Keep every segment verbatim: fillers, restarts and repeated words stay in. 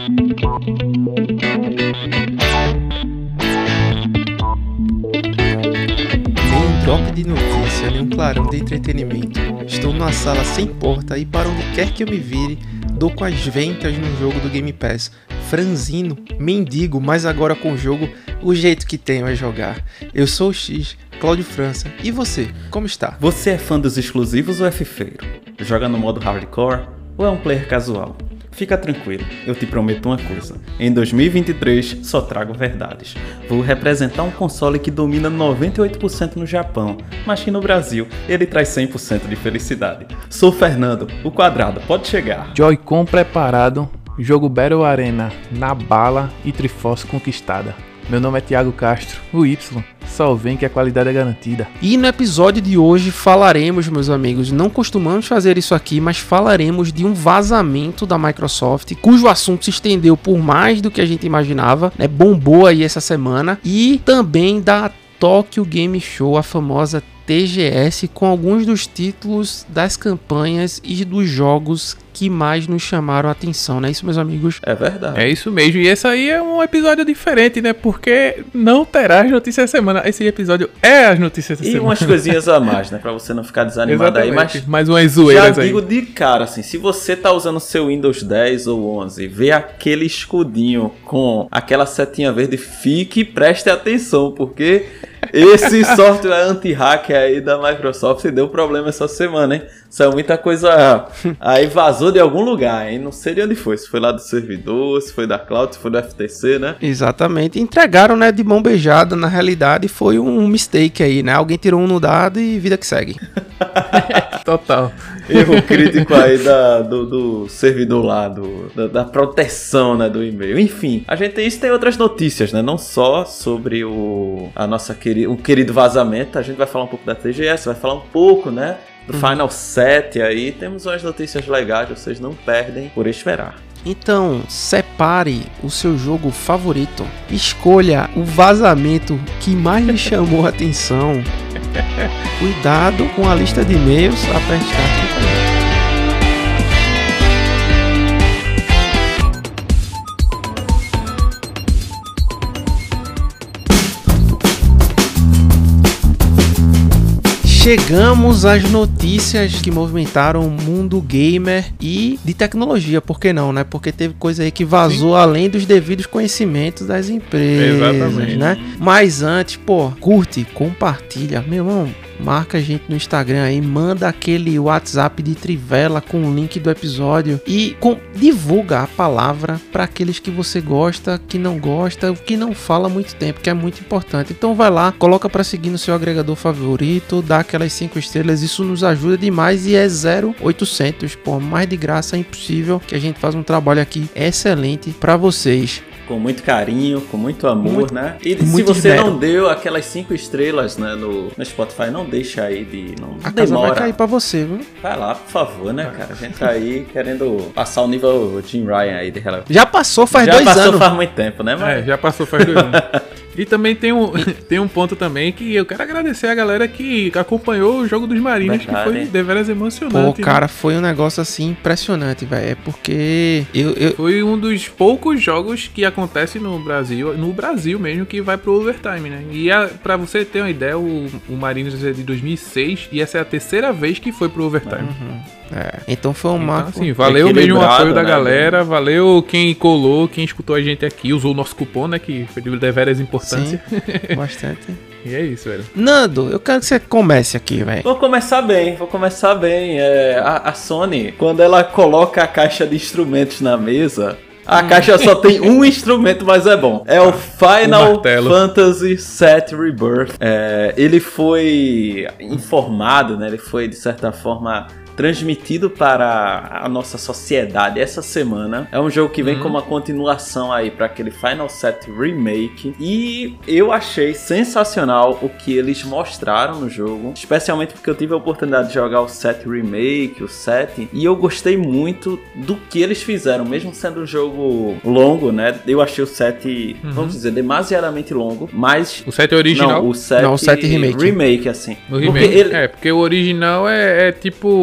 Nem um drop de notícia, nem um clarão de entretenimento. Estou numa sala sem porta e para onde quer que eu me vire, dou com as ventas no jogo do Game Pass. Franzino, mendigo, mas agora com o jogo, o jeito que tenho é jogar. Eu sou o X, Cláudio França. E você, como está? Você é fã dos exclusivos ou é fifeiro? Joga no modo hardcore ou é um player casual? Fica tranquilo, eu te prometo uma coisa. Em dois mil e vinte e três, só trago verdades. Vou representar um console que domina noventa e oito por cento no Japão, mas que no Brasil ele traz cem por cento de felicidade. Sou o Fernando, o Quadrado, pode chegar. Joy-Con preparado, jogo Battle Arena na bala e Triforce conquistada. Meu nome é Thiago Castro, o Y, só vem que a qualidade é garantida. E no episódio de hoje falaremos, meus amigos, não costumamos fazer isso aqui, mas falaremos de um vazamento da Microsoft, cujo assunto se estendeu por mais do que a gente imaginava, né? Bombou aí essa semana, e também da Tokyo Game Show, a famosa T G S, com alguns dos títulos das campanhas e dos jogos que mais nos chamaram a atenção, não é isso, meus amigos? É verdade. É isso mesmo, e esse aí é um episódio diferente, né? Porque não terá as notícias da semana. Esse episódio é as notícias da e semana. E umas coisinhas a mais, né? Pra você não ficar desanimado aí, mas... mais umas zoeiras já aí. digo de cara, assim, se você tá usando o seu Windows dez ou onze, vê aquele escudinho com aquela setinha verde, fique e preste atenção, porque esse software anti-hack aí da Microsoft deu problema essa semana, hein? Saiu muita coisa aí, vazou de algum lugar, hein? Não sei de onde foi, se foi lá do servidor, se foi da cloud, se foi do F T C, né? Exatamente, entregaram, né, de mão beijada, na realidade foi um mistake aí, né? Alguém tirou um no dado e vida que segue. Total. Erro crítico aí da, do, do servidor lá, do, da, da proteção, né, do e-mail. Enfim, a gente tem isso, tem outras notícias, né? Não só sobre o, a nossa queri, o querido vazamento, a gente vai falar um pouco da T G S, vai falar um pouco, né, do Final sete aí. Temos umas notícias legais, vocês não perdem por esperar. Então, separe o seu jogo favorito, escolha o vazamento que mais lhe chamou a atenção. Cuidado com a lista de e-mails, aperte Start. Chegamos às notícias que movimentaram o mundo gamer e de tecnologia, por que não, né? Porque teve coisa aí que vazou. Sim. Além dos devidos conhecimentos das empresas. Exatamente. Né? Mas antes, pô, curte, compartilha, meu irmão. Marca a gente no Instagram aí, manda aquele WhatsApp de Trivela com o link do episódio e com, divulga a palavra para aqueles que você gosta, que não gosta, que não fala há muito tempo, que é muito importante. Então vai lá, coloca para seguir no seu agregador favorito, dá aquelas cinco estrelas, isso nos ajuda demais e é zero oitocentos, pô, mais de graça é impossível, que a gente faz um trabalho aqui excelente para vocês. Com muito carinho, com muito amor, muito, né? E se muito você esmero. não deu aquelas cinco estrelas, né, no, no Spotify, não deixa aí de... Não a demora. casa vai cair pra você, viu? Vai lá, por favor, né, cara? A gente tá aí querendo passar o nível Jim Ryan aí de relevância. Já passou faz já dois passou anos. Já passou faz muito tempo, né? Mas... É, já passou faz dois anos. E também tem um, tem um ponto também que eu quero agradecer a galera que acompanhou o jogo dos Mariners, que foi deveras emocionante. Pô, cara, né? Foi um negócio assim impressionante, velho. É porque eu, eu... Foi um dos poucos jogos que acontece no Brasil, no Brasil mesmo, que vai pro overtime, né? E a, pra você ter uma ideia, o, o Mariners é de dois mil e seis e essa é a terceira vez que foi pro overtime. Uhum. É. Então foi um então, marco. Assim, valeu mesmo o apoio da né, galera, né? Valeu quem colou, quem escutou a gente aqui, usou o nosso cupom, né? Que foi de deveras importância. Sim, bastante. E é isso, velho. Nando, eu quero que você comece aqui, velho. Vou começar bem, vou começar bem. É, a, a Sony, quando ela coloca a caixa de instrumentos na mesa, a hum. caixa só tem um instrumento, mas é bom. É ah, o Final o Fantasy sete Rebirth. É, ele foi informado, né? Ele foi, de certa forma... transmitido para a nossa sociedade essa semana. É um jogo que vem uhum. como uma continuação aí para aquele Final sete Remake. E eu achei sensacional o que eles mostraram no jogo. Especialmente porque eu tive a oportunidade de jogar o sete Remake, o sete. E eu gostei muito do que eles fizeram. Mesmo sendo um jogo longo, né? Eu achei o sete, uhum. vamos dizer, demasiadamente longo. Mas... O sete é original? Não, o sete, não, o sete Remake. Remake, assim. O remake, porque ele... É, porque o original é, é tipo...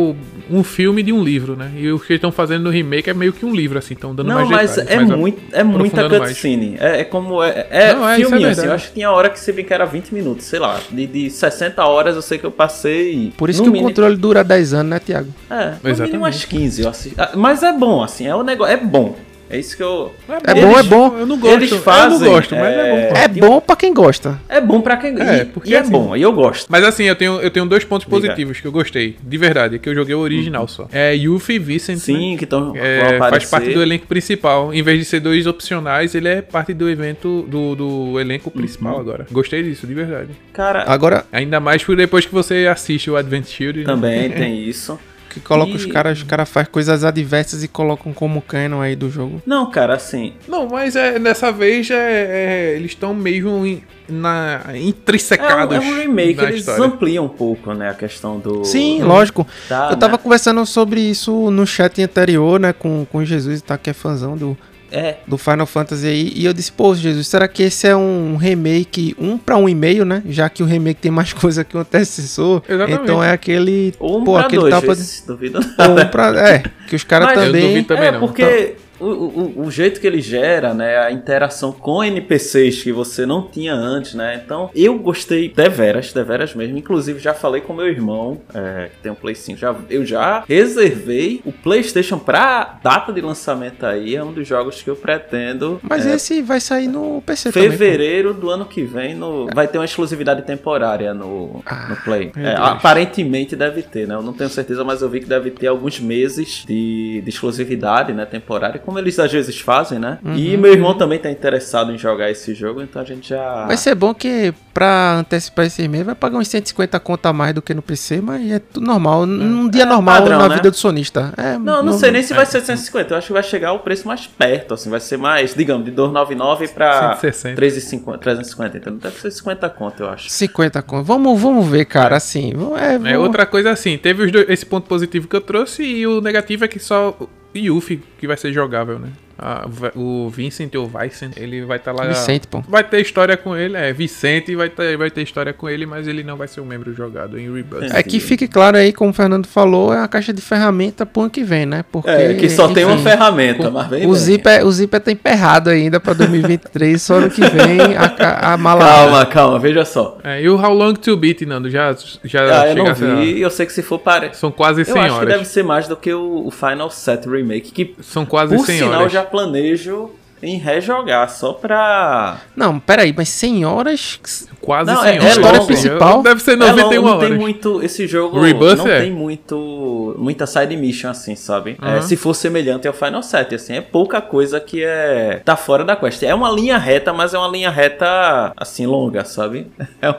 um filme de um livro, né? E o que estão fazendo no remake é meio que um livro, assim, estão dando não, mais mas detalhes. É mas muito, é muita cutscene. É, é como... É, é não, filminho, é, assim. Eu acho que tinha hora que se bem que era vinte minutos, sei lá. De, de sessenta horas eu sei que eu passei... Por isso que mínimo... o controle dura dez anos, né, Thiago? É, no mínimo umas quinze. Eu assisti. Mas é bom, assim, é um negócio... É bom. É isso que eu... É bom, eles, é bom. Eu não gosto. Eles fazem, eu não gosto, mas é, é bom. É bom pra quem gosta. É bom pra quem gosta. É, porque e é assim, bom, e eu gosto. Mas assim, eu tenho, eu tenho dois pontos Diga. positivos que eu gostei. De verdade, que eu joguei o original uhum. só. É Yuffie e Vincent. Sim, né? que estão é, faz parte do elenco principal. Em vez de ser dois opcionais, ele é parte do evento, do, do elenco principal uhum. agora. Gostei disso, de verdade. Cara... Agora... Ainda mais por depois que você assiste o Advent Children. Também né? tem isso. Que coloca e... os caras, os caras fazem coisas adversas e colocam como canon aí do jogo. Não, cara, assim... Não, mas é, dessa vez é, é, eles estão meio in, na, intrissecados. É um, é um remake, eles história. ampliam um pouco, né, a questão do... Sim, lógico. Tá, Eu tava né? conversando sobre isso no chat anterior, né, com, com o Jesus, tá, que é fãzão do... É. do Final Fantasy aí, e eu disse, pô, Jesus, será que esse é um remake um pra um e meio, né? Já que o remake tem mais coisa que o antecessor. Exatamente. Então é aquele... Ou um pô, pra aquele dois, tapa... esse, duvido Ou um pra... É, que os caras também... Eu duvido também é, não. porque... Então... O, o, o jeito que ele gera, né, a interação com N P Cs que você não tinha antes, né, então eu gostei deveras, deveras mesmo, inclusive já falei com meu irmão, é, que tem um Play cinco, já, eu já reservei o PlayStation pra data de lançamento aí, é um dos jogos que eu pretendo. Mas é, esse vai sair no P C fevereiro também, do ano que vem, no, vai ter uma exclusividade temporária no, ah, no Play. É, aparentemente deve ter, né, eu não tenho certeza, mas eu vi que deve ter alguns meses de, de exclusividade, né, temporária, como eles às vezes fazem, né? Uhum. E meu irmão também tá interessado em jogar esse jogo, então a gente já... Vai ser bom que pra antecipar esse mês vai pagar uns cento e cinquenta conto a mais do que no P C, mas é tudo normal, num dia é, normal padrão, na né? vida do sonista. É, não, não sei nem se vai ser cento e cinquenta, eu acho que vai chegar o preço mais perto, assim, vai ser mais, digamos, de duzentos e noventa e nove pra trezentos e cinquenta, trezentos e cinquenta, então deve ser cinquenta conto, eu acho. cinquenta conto, vamos, vamos ver, cara, assim... É, vamos... é outra coisa assim, teve os dois, esse ponto positivo que eu trouxe e o negativo é que só... Yuffie que vai ser jogável, né? Ah, o Vincent ou Vicent, ele vai estar tá lá. Vicente, pô. Vai ter história com ele, é. Vicente vai ter, vai ter história com ele, mas ele não vai ser um membro jogado em Rebirth. É que fique claro aí, como o Fernando falou, é uma caixa de ferramenta pro ano que vem, né? Porque, é, que só enfim, tem uma ferramenta, mas vem o zíper, o zíper tá emperrado ainda pra dois mil e vinte e três, só ano que vem a, a, a mala. Calma, calma, veja só. É, e o How Long to Beat, Nando, já, já ah, eu não vi, eu sei que se for para... São quase cem horas. Eu acho que deve ser mais do que o, o Final Set Remake, que são quase por cem sinal horas. Já planejo em rejogar, só pra... Não, peraí, mas cem horas... Quase não, cem é, horas. É história principal... Deve ser noventa e uma é horas. Não tem muito... Esse jogo Rebirth não é? tem muito... Muita side mission, assim, sabe? Uhum. É, se for semelhante ao Final Set, assim, é pouca coisa que é... Tá fora da quest. É uma linha reta, mas é uma linha reta, assim, longa, sabe? É, um...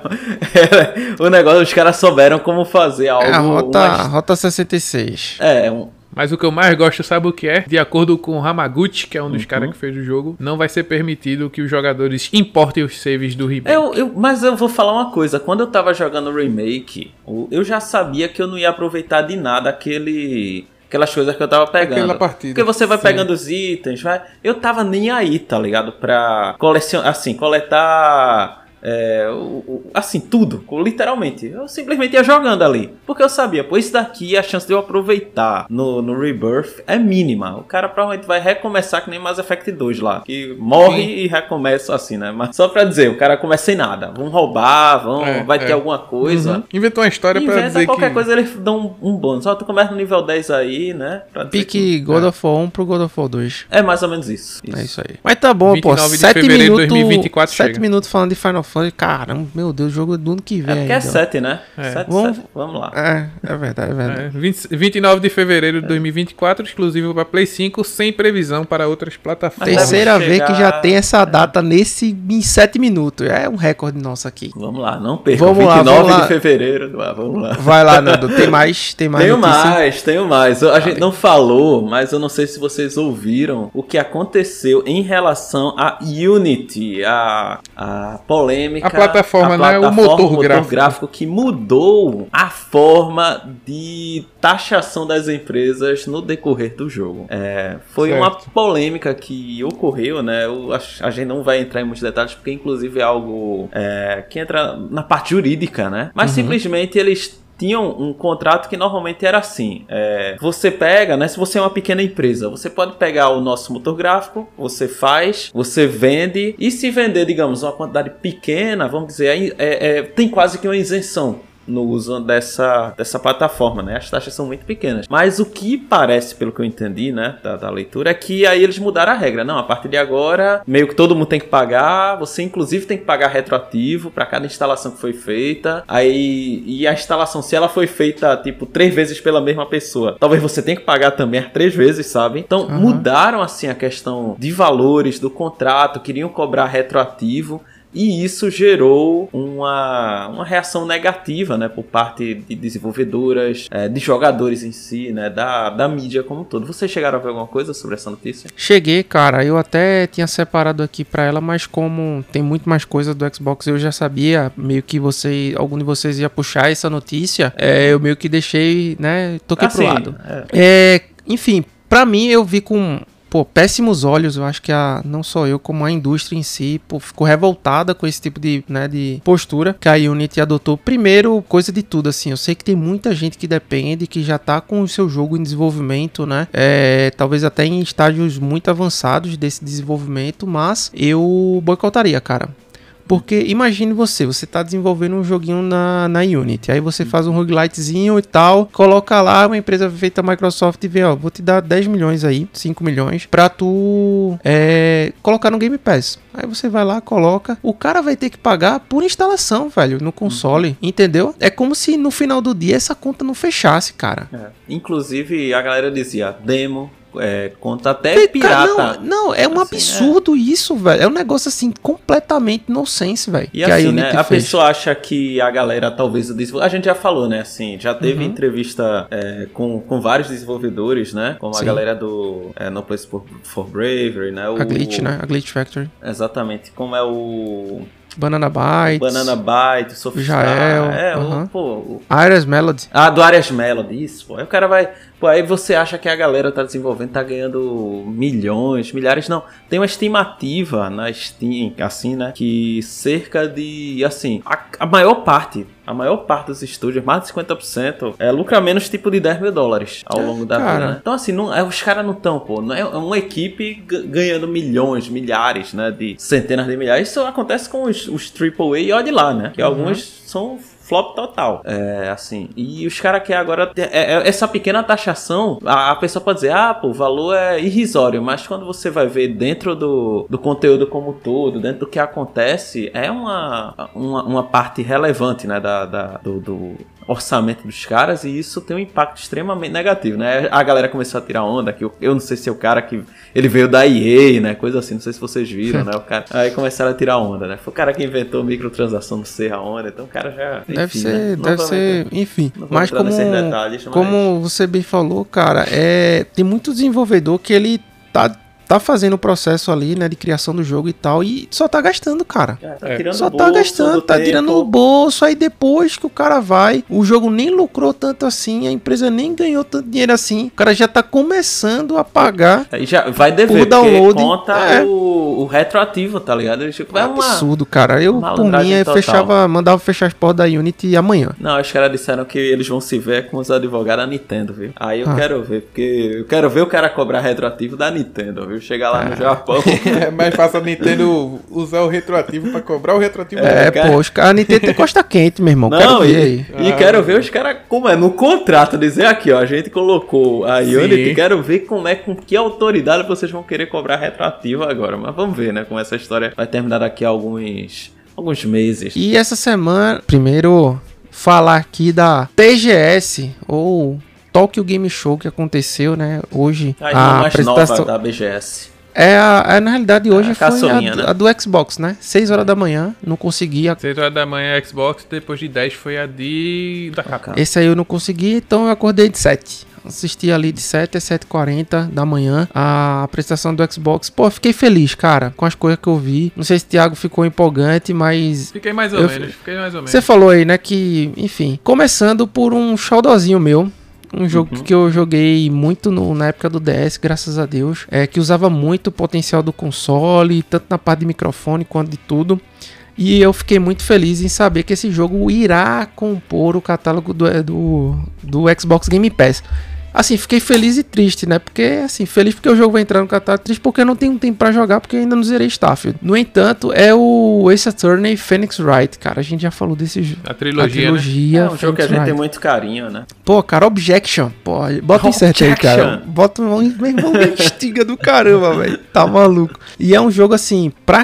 é o negócio, os caras souberam como fazer algo... É a rota, uma... rota sessenta e seis. É, é um... Mas o que eu mais gosto, sabe o que é? De acordo com o Hamaguchi, que é um dos uhum. caras que fez o jogo, não vai ser permitido que os jogadores importem os saves do remake. Eu, eu, mas eu vou falar uma coisa. Quando eu tava jogando o remake, eu já sabia que eu não ia aproveitar de nada aquele... Aquelas coisas que eu tava pegando. Aquela partida. Porque você vai Sim. pegando os itens, vai... Eu tava nem aí, tá ligado? Pra colecionar... Assim, coletar... É, o, o, assim, tudo, literalmente. Eu simplesmente ia jogando ali. Porque eu sabia, pô, isso daqui, a chance de eu aproveitar no, no Rebirth é mínima. O cara provavelmente vai recomeçar que nem Mass Effect dois lá. Que morre Sim. e recomeça assim, né? Mas só pra dizer, o cara começa sem nada. Vão roubar, vão, é, vai é. ter alguma coisa. Uhum. Inventou uma história Inventa pra dizer qualquer que... coisa, eles dão um, um bônus. Só tu começa no nível dez aí, né? Pique que... God é. of War um pro God of War dois. É mais ou menos isso. isso. É isso aí. Mas tá bom, pô. sete minutos, sete minutos falando de Final Fantasy. Caramba. Meu Deus, o jogo do ano que vem. É porque ainda. é sete, né? É. sete, vamos... sete. Vamos lá. É, é verdade, é verdade. É, vinte, vinte e nove de fevereiro de dois mil e vinte e quatro, exclusivo para Play cinco, sem previsão para outras plataformas. Terceira chegar... vez que já tem essa data nesse em sete minutos. É um recorde nosso aqui. Vamos lá, não perca. Vamos vinte e nove lá, vamos lá. de fevereiro. Vamos lá. Vai lá, Nando. Tem mais? Tem mais tenho notícia? mais, tenho mais. A gente não falou, mas eu não sei se vocês ouviram o que aconteceu em relação a Unity, a, a polêmica. A plataforma, a né? plataforma, O motor, motor gráfico. gráfico que mudou a forma de taxação das empresas no decorrer do jogo. É, foi certo. uma polêmica que ocorreu, né? Eu, a, a gente não vai entrar em muitos detalhes, porque inclusive é algo é, que entra na parte jurídica, né? Mas uhum. simplesmente eles tinham um contrato que normalmente era assim. É, você pega, né? Se você é uma pequena empresa, você pode pegar o nosso motor gráfico, você faz, você vende, e se vender, digamos, uma quantidade pequena, vamos dizer, é, é, tem quase que uma isenção no uso dessa, dessa plataforma, né? As taxas são muito pequenas. Mas o que parece, pelo que eu entendi, né, da, da leitura, é que aí eles mudaram a regra. Não, a partir de agora, meio que todo mundo tem que pagar, você inclusive tem que pagar retroativo para cada instalação que foi feita. Aí, e a instalação, se ela foi feita, tipo, três vezes pela mesma pessoa, talvez você tenha que pagar também as três vezes, sabe? Então, uhum. mudaram, assim, a questão de valores do contrato, queriam cobrar retroativo. E isso gerou uma, uma reação negativa, né, por parte de desenvolvedoras, é, de jogadores em si, né, da, da mídia como um todo. Vocês chegaram a ver alguma coisa sobre essa notícia? Cheguei, cara. Eu até tinha separado aqui pra ela, mas como tem muito mais coisa do Xbox, eu já sabia, meio que você, algum de vocês ia puxar essa notícia, é, eu meio que deixei, né, toquei ah, pro sim, lado. É. É, enfim, pra mim eu vi com... Pô, péssimos olhos, eu acho que a, não só eu, como a indústria em si, pô, ficou revoltada com esse tipo de, né, de postura que a Unity adotou. Primeiro, coisa de tudo, assim, eu sei que tem muita gente que depende, que já tá com o seu jogo em desenvolvimento, né, é, talvez até em estágios muito avançados desse desenvolvimento, mas eu boicotaria, cara. Porque imagine você, você tá desenvolvendo um joguinho na, na Unity, aí você faz um roguelitezinho e tal, coloca lá uma empresa feita Microsoft e vê, ó, vou te dar dez milhões aí, cinco milhões, pra tu é, colocar no Game Pass. Aí você vai lá, coloca, o cara vai ter que pagar por instalação, velho, no console, uhum. entendeu? É como se no final do dia essa conta não fechasse, cara. É. Inclusive a galera dizia, demo... É, conta até pirata. Não, não, é um assim, absurdo é. isso, velho. É um negócio assim, completamente nonsense, velho. E assim, né, a fez. pessoa acha que a galera talvez... A gente já falou, né, assim, já teve uhum. entrevista é, com, com vários desenvolvedores, né, como Sim. a galera do é, No Place for, for Bravery, né. O, a Glitch, né, a Glitch Factory. Exatamente, como é o... Banana Bytes. Banana Bytes, Sofistar. Jael. É, uh-huh. o, pô... O... Arias Melody. Ah, do Arias Melody, isso, pô. Aí o cara vai... Pô, aí você acha que a galera tá desenvolvendo, tá ganhando milhões, milhares, não. Tem uma estimativa na Steam, assim, né, que cerca de, assim, a, a maior parte, a maior parte dos estúdios, mais de cinquenta por cento, é, lucra menos tipo de dez mil dólares ao longo da cara. vida, né? Então, assim, não, é, os caras não estão, pô, não é uma equipe g- ganhando milhões, milhares, né, de centenas de milhares. Isso acontece com os, os triplo A e olha lá, né, que uhum. alguns são... flop total, é, assim, e os caras querem agora, é, é, essa pequena taxação, a, a pessoa pode dizer, ah, pô, o valor é irrisório, mas quando você vai ver dentro do, do conteúdo como todo, dentro do que acontece, é uma, uma, uma parte relevante, né, da, da, do, do orçamento dos caras, e isso tem um impacto extremamente negativo, né, a galera começou a tirar onda, que eu, eu não sei se é o cara que, ele veio da E A, né, coisa assim, não sei se vocês viram, né, o cara, aí começaram a tirar onda, né, foi o cara que inventou microtransação, não sei aonde, então o cara já... Deve enfim, ser, né? deve ser, entrar, enfim. Mas como, detalhes, mas... como você bem falou, cara, é, tem muito desenvolvedor que ele tá, tá fazendo o processo ali, né, de criação do jogo e tal, e só tá gastando, cara. É, tá tirando só tá bolso, gastando, tá tempo. tirando o bolso, aí depois que o cara vai, o jogo nem lucrou tanto assim, a empresa nem ganhou tanto dinheiro assim, o cara já tá começando a pagar. Aí já vai dever, porque conta é. o, o retroativo, tá ligado? Ele, tipo, é um absurdo, cara. Eu, por mim, eu fechava, mandava fechar as portas da Unity amanhã. Não, os caras disseram que eles vão se ver com os advogados da Nintendo, viu? Aí eu ah. quero ver, porque eu quero ver o cara cobrar retroativo da Nintendo, viu? Chegar lá é. no Japão. É mais fácil a Nintendo usar o retroativo pra cobrar o retroativo. É, cara... pô, os caras, a Nintendo tem costa quente, meu irmão. Não, quero e, ver aí. E ah, quero ver os caras, como é, no contrato, dizer aqui, ó, a gente colocou a Unity, quero ver como é, com que autoridade vocês vão querer cobrar retroativo agora. Mas vamos ver, né, como essa história vai terminar daqui a alguns, alguns meses. E essa semana, primeiro, falar aqui da T G S, ou Tokyo Game Show, que aconteceu, né, hoje. A irmã mais apresentação... nova da B G S. É, a, a, na realidade hoje a foi a, né? a do Xbox, né? seis horas da manhã, não consegui. seis horas da manhã Xbox, depois de dez foi a de... da Capcom. Esse aí eu não consegui, então eu acordei de sete. Assisti ali de sete às sete e quarenta da manhã a apresentação do Xbox. Pô, fiquei feliz, cara, com as coisas que eu vi. Não sei se o Thiago ficou empolgante, mas... Fiquei mais ou eu... menos, fiquei mais ou menos. Você falou aí, né, que, enfim, começando por um xodózinho meu. Um jogo uhum. que eu joguei muito no, na época do D S, graças a Deus. É, que usava muito o potencial do console, tanto na parte de microfone quanto de tudo. E eu fiquei muito feliz em saber que esse jogo irá compor o catálogo do, do, do Xbox Game Pass. Assim, fiquei feliz e triste, né? Porque, assim, feliz porque o jogo vai entrar no catálogo, triste porque eu não tenho tempo pra jogar, porque eu ainda não zerei Starfield. No entanto, é o Ace Attorney Phoenix Wright, cara. A gente já falou desse jogo. A trilogia, a trilogia né? É um jogo que a gente tem muito carinho, né? Pô, cara, Objection. Pô, bota um insert aí, cara. Bota um irmão estiga do caramba, velho. Tá maluco. E é um jogo, assim, pra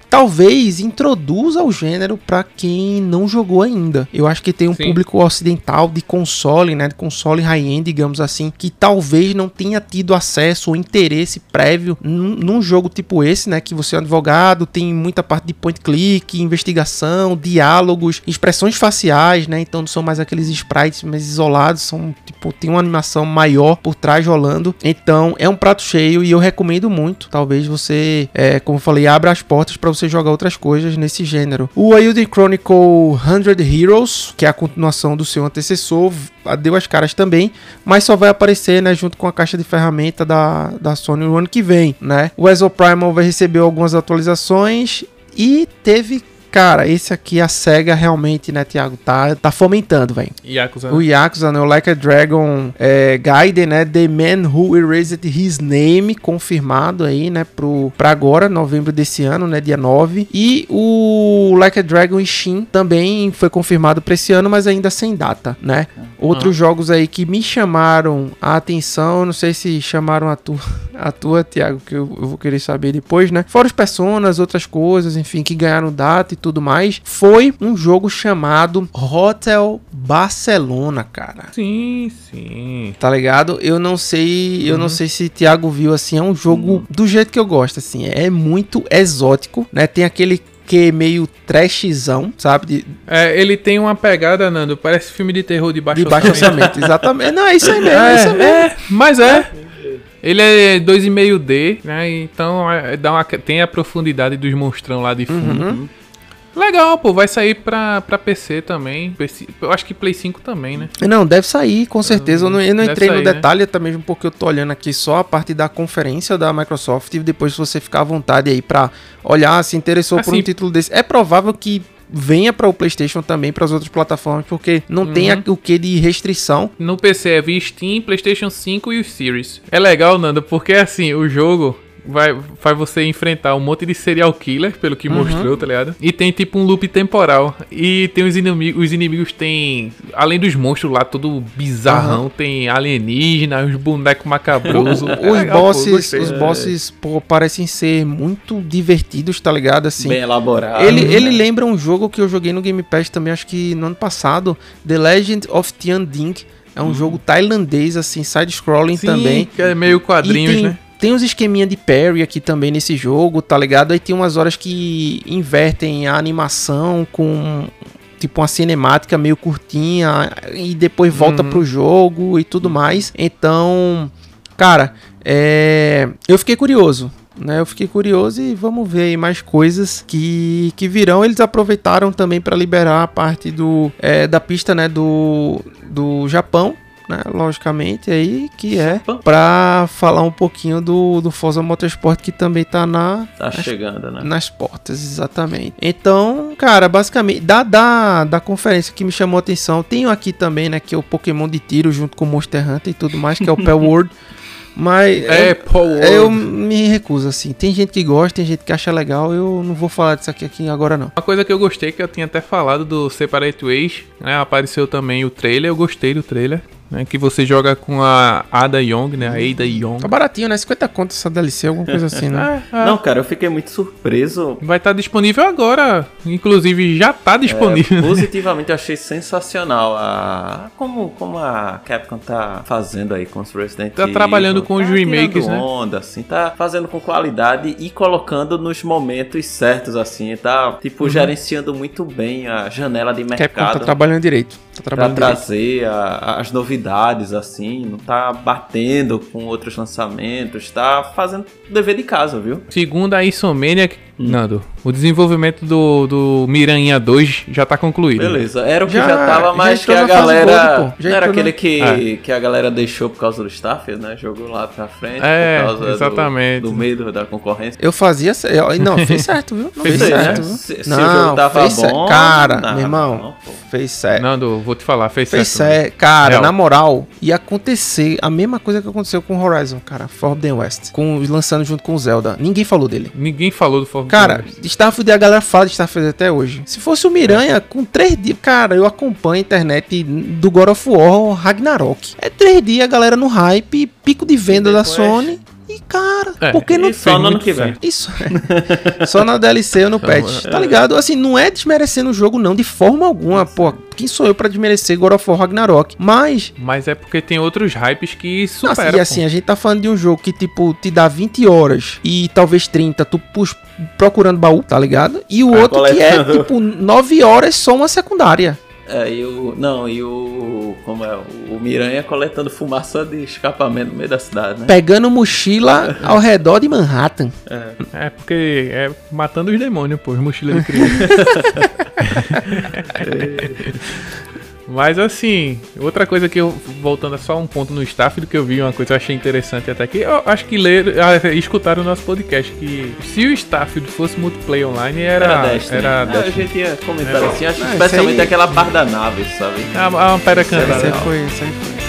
talvez introduza o gênero pra quem não jogou ainda. Eu acho que tem um Sim. público ocidental de console, né, de console high-end, digamos assim, que talvez não tenha tido acesso ou interesse prévio num, num jogo tipo esse, né, que você é um advogado, tem muita parte de point click, investigação, diálogos, expressões faciais, né, então não são mais aqueles sprites mais isolados, são tipo, tem uma animação maior por trás rolando. Então é um prato cheio e eu recomendo muito. Talvez você, é, como eu falei, abra as portas para você jogar outras coisas nesse gênero. O Eiyuden Chronicle cem Heroes, que é a continuação do seu antecessor, deu as caras também, mas só vai aparecer, né, junto com a caixa de ferramenta da, da Sony no ano que vem, né? O Exoprimal vai receber algumas atualizações e teve... Cara, esse aqui a SEGA realmente, né, Thiago, tá, tá fomentando, velho. Yakuza. O Yakuza, né, o Like a Dragon é, Gaiden, né, The Man Who Erased His Name, confirmado aí, né, pro, pra agora, novembro desse ano, né, dia nove. E o Like a Dragon Ishin também foi confirmado pra esse ano, mas ainda sem data, né. Outros ah. jogos aí que me chamaram a atenção, não sei se chamaram a tua, a tua Thiago, que eu, eu vou querer saber depois, né. Fora os Personas, outras coisas, enfim, que ganharam data e tudo mais, foi um jogo chamado Hotel Barcelona, cara. Sim, sim. Tá ligado? Eu não sei, eu uhum. não sei se Thiago viu, assim, é um jogo uhum. do jeito que eu gosto, assim, é muito exótico, né? Tem aquele que meio trashzão, sabe? De... É, ele tem uma pegada, Nando, parece filme de terror de baixo, de baixo orçamento. Exatamente. Não, é isso aí mesmo, é, é isso aí mesmo. É, mas é. é. Ele é dois vírgula cinco D, né? Então é, dá uma, tem a profundidade dos monstrão lá de fundo. Uhum. Legal, pô, vai sair pra, pra P C também. Eu acho que Play cinco também, né? Não, deve sair, com certeza. Eu não, eu não entrei sair, no detalhe, né? Até mesmo porque eu tô olhando aqui só a parte da conferência da Microsoft. E depois você ficar à vontade aí pra olhar, se interessou assim, por um título desse. É provável que venha para o PlayStation também, para as outras plataformas, porque não uhum. tem a, o que de restrição. No P C é via Steam, PlayStation cinco e o Series. É legal, Nando, porque assim, o jogo... Vai, vai você enfrentar um monte de serial killer, pelo que uhum. mostrou, tá ligado? E tem tipo um loop temporal. E tem os inimigos, os inimigos tem, além dos monstros lá, todo bizarrão, uhum. tem alienígena, os bonecos macabrosos. os, é legal, bosses, pô, os bosses, pô, parecem ser muito divertidos, tá ligado? Assim, bem elaborado. Ele, né? ele lembra um jogo que eu joguei no Game Pass também, acho que no ano passado, The Legend of Tian Ding. É um hum. jogo tailandês, assim, side-scrolling também. Que é meio quadrinhos, tem, né? Tem uns esqueminha de parry aqui também nesse jogo, tá ligado? Aí tem umas horas que invertem a animação com tipo uma cinemática meio curtinha e depois volta uhum. pro jogo e tudo mais. Então, cara, é... eu fiquei curioso. Né, eu fiquei curioso e vamos ver aí mais coisas que, que virão. Eles aproveitaram também para liberar a parte do, é, da pista, né, do, do Japão, né, logicamente, aí, que é para falar um pouquinho do, do Forza Motorsport, que também tá na... Tá nas, chegando, né? Nas portas, exatamente. Então, cara, basicamente, da, da, da conferência que me chamou a atenção, tenho aqui também, né, que é o Pokémon de tiro junto com o Monster Hunter e tudo mais, que é o Pal World. Mas é, eu, eu me recuso, assim. Tem gente que gosta, tem gente que acha legal. Eu não vou falar disso aqui, aqui agora, não. Uma coisa que eu gostei, que eu tinha até falado do Separate Ways, né? Apareceu também o trailer, eu gostei do trailer. Né, que você joga com a Ada Young, né? A Ada Young. Tá baratinho, né? cinquenta contas essa D L C, alguma coisa assim, né? é, é. Não, cara, eu fiquei muito surpreso. Vai estar tá disponível agora. Inclusive, já tá disponível. É, positivamente, eu achei sensacional a... Como, como a Capcom tá fazendo aí com os Resident Evil. Tá trabalhando com tá os remakes, né? Onda, assim, tá fazendo com qualidade e colocando nos momentos certos, assim. Tá, tipo, uhum. gerenciando muito bem a janela de mercado. Capcom tá trabalhando direito. Tá trabalhando pra direito. trazer a, as novidades, assim, não tá batendo com outros lançamentos, tá fazendo dever de casa, viu? Segundo a Insomniac, Nando, o desenvolvimento do, do Miranha dois já tá concluído. Beleza, era o que já, já tava, mas já que a galera... Gold, não era aquele que, é. que a galera deixou por causa do Starfield, né? Jogou lá pra frente é, por causa exatamente. Do, do medo da concorrência. Eu fazia... Eu, não, fez certo, viu? Não fez, fez certo, né? Se, se não, o jogo tava fez bom... Cara, não, meu irmão, não, fez certo. Nando, vou te falar, fez, fez certo. certo. Cara, Real. Na moral, ia acontecer a mesma coisa que aconteceu com Horizon, cara. Forbidden West. Com, lançando junto com o Zelda. Ninguém falou dele. Ninguém falou do Forbidden Cara, West. Starfield, a galera fala de Starfield até hoje. Se fosse o Miranha, é. com três dias... Cara, eu acompanho a internet do God of War Ragnarok. É três dias, a galera no hype, pico de venda da Sony... E, cara, é, por que não... Só no ano que vem. Isso, é. Só na D L C ou no patch, tá ligado? Assim, não é desmerecendo o jogo, não, de forma alguma. Pô, quem sou eu pra desmerecer God of War Ragnarok? Mas... Mas é porque tem outros hypes que superam. Assim, e assim, a gente tá falando de um jogo que, tipo, te dá vinte horas e talvez trinta, tu pus, procurando baú, tá ligado? E o ah, outro coletando. Que é, tipo, nove horas só uma secundária. É, e o... Não, e o... Como é? O Miranha coletando fumaça de escapamento no meio da cidade, né? Pegando mochila ao redor de Manhattan. É, é porque é matando os demônios, pô, mochila de criança. Mas assim, outra coisa que eu, voltando a só um ponto no Starfield, que eu vi uma coisa que eu achei interessante até aqui, eu acho que ler, escutaram o nosso podcast, que se o Starfield fosse multiplayer online, era, era Destiny. Era Destiny. Ah, a gente tinha comentado é, assim, acho ah, especialmente aí... aquela parte da nave, sabe? Ah, uma pera cantada. Isso aí foi, isso aí foi.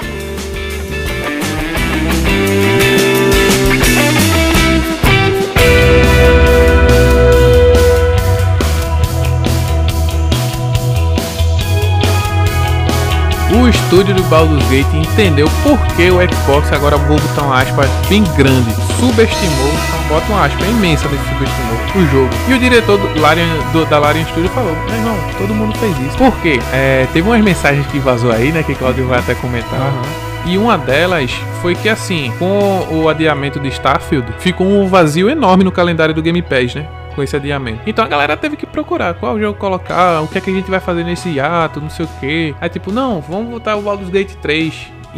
O estúdio do Baldur's Gate entendeu por que o Xbox, agora vou botar uma aspa bem grande, subestimou, então bota uma aspa imensa nesse subestimou, o jogo. E o diretor do Larian, do, da Larian Studio falou, meu irmão, todo mundo fez isso. Por quê? É, teve umas mensagens que vazou aí, né, que Claudio vai até comentar. Uhum. E uma delas foi que, assim, com o adiamento de Starfield, ficou um vazio enorme no calendário do Game Pass, né? Com esse adiamento. Então a galera teve que procurar qual jogo colocar, o que é que a gente vai fazer nesse hiato, não sei o que. Aí tipo, não, vamos botar o Baldur's Gate três.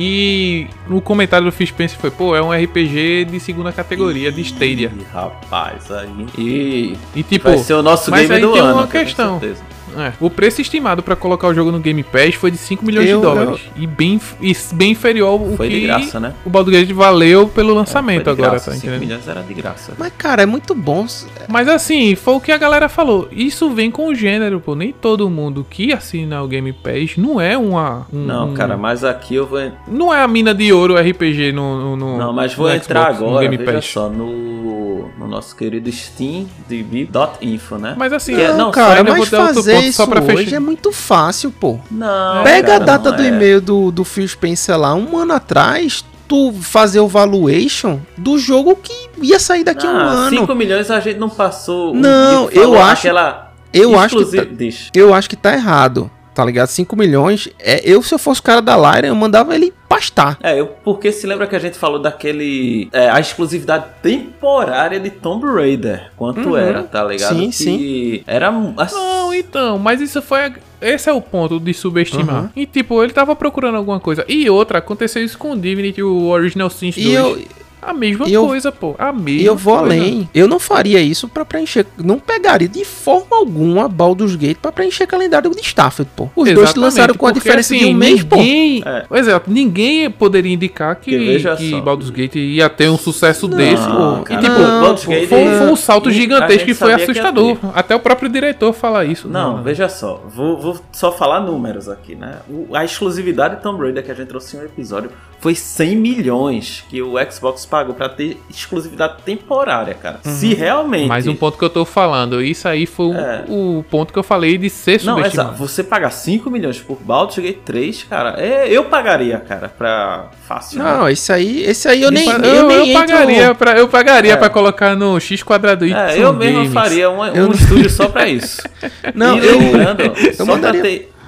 E no comentário do Phil Spencer foi, pô, é um R P G de segunda categoria Ih, de Stadia. Rapaz, aí. E, e tipo, vai ser o nosso mas game aí do tem ano, uma questão. É. O preço estimado para colocar o jogo no Game Pass foi de cinco milhões eu, de dólares. Eu... E, bem, e bem inferior ao foi que de graça, né? o Baldur's Gate valeu pelo lançamento é, agora. Graça, tá cinco milhões era de graça. Mas, cara, é muito bom. Mas assim, foi o que a galera falou. Isso vem com o gênero, pô. Nem todo mundo que assina o Game Pass não é uma... Um, não, cara, mas aqui eu vou... Não é a mina de ouro R P G no, no Não, mas vou entrar Xbox, agora, Game veja Pass. Só, no, no nosso querido Steam D B ponto info, né? Mas assim, não, é, não cara, mas fazer isso só pra hoje é muito fácil, pô. Não, pega cara, a data do é. e-mail do, do Phil Spencer lá, um ano atrás, tu fazer o valuation do jogo que ia sair daqui não, a um ano. cinco milhões a gente não passou. Não, um eu acho, aquela eu acho que tá, eu acho que tá errado. Tá ligado? cinco milhões. É, eu, se eu fosse o cara da Lyra, eu mandava ele pastar. É, eu, porque se lembra que a gente falou daquele... É, a exclusividade temporária de Tomb Raider. Quanto uhum. era, tá ligado? Sim, que sim. Era... Assim... Não, então, mas isso foi... Esse é o ponto de subestimar. Uhum. E tipo, ele tava procurando alguma coisa. E outra, aconteceu isso com o Divinity, o Original Sin dois. E eu... A mesma eu, coisa, pô. A mesma E eu vou coisa. além. Eu não faria isso pra preencher... Não pegaria de forma alguma Baldur's Gate pra preencher calendário de Starfield, pô. Os Exatamente, dois lançaram com a diferença assim, de um mês, ninguém, pô. É. Exato. Ninguém poderia indicar que, que, que Baldur's Gate ia ter um sucesso não, desse, pô. Cara, e tipo, não, foi, foi um salto gigantesco que foi assustador. Que Até o próprio diretor fala isso. Não, não. veja só. Vou, vou só falar números aqui, né? O, a exclusividade de Tomb Raider que a gente trouxe em um episódio foi cem milhões que o Xbox pagou pra ter exclusividade temporária, cara. Uhum. Se realmente... Mais um ponto que eu tô falando. Isso aí foi é. o ponto que eu falei de ser subestimado. Não, exato. Você pagar cinco milhões por Baldur's Gate três, cara, é, eu pagaria, cara, pra... Fácil. Não, né? esse aí, esse aí eu nem... Eu, eu, eu, nem eu pagaria, entro... pra, eu pagaria é. pra colocar no X quadrado Y. É, eu mesmo faria um, um eu... estúdio só pra isso. Não, e eu... lembrando, eu só mandaria... pra ter...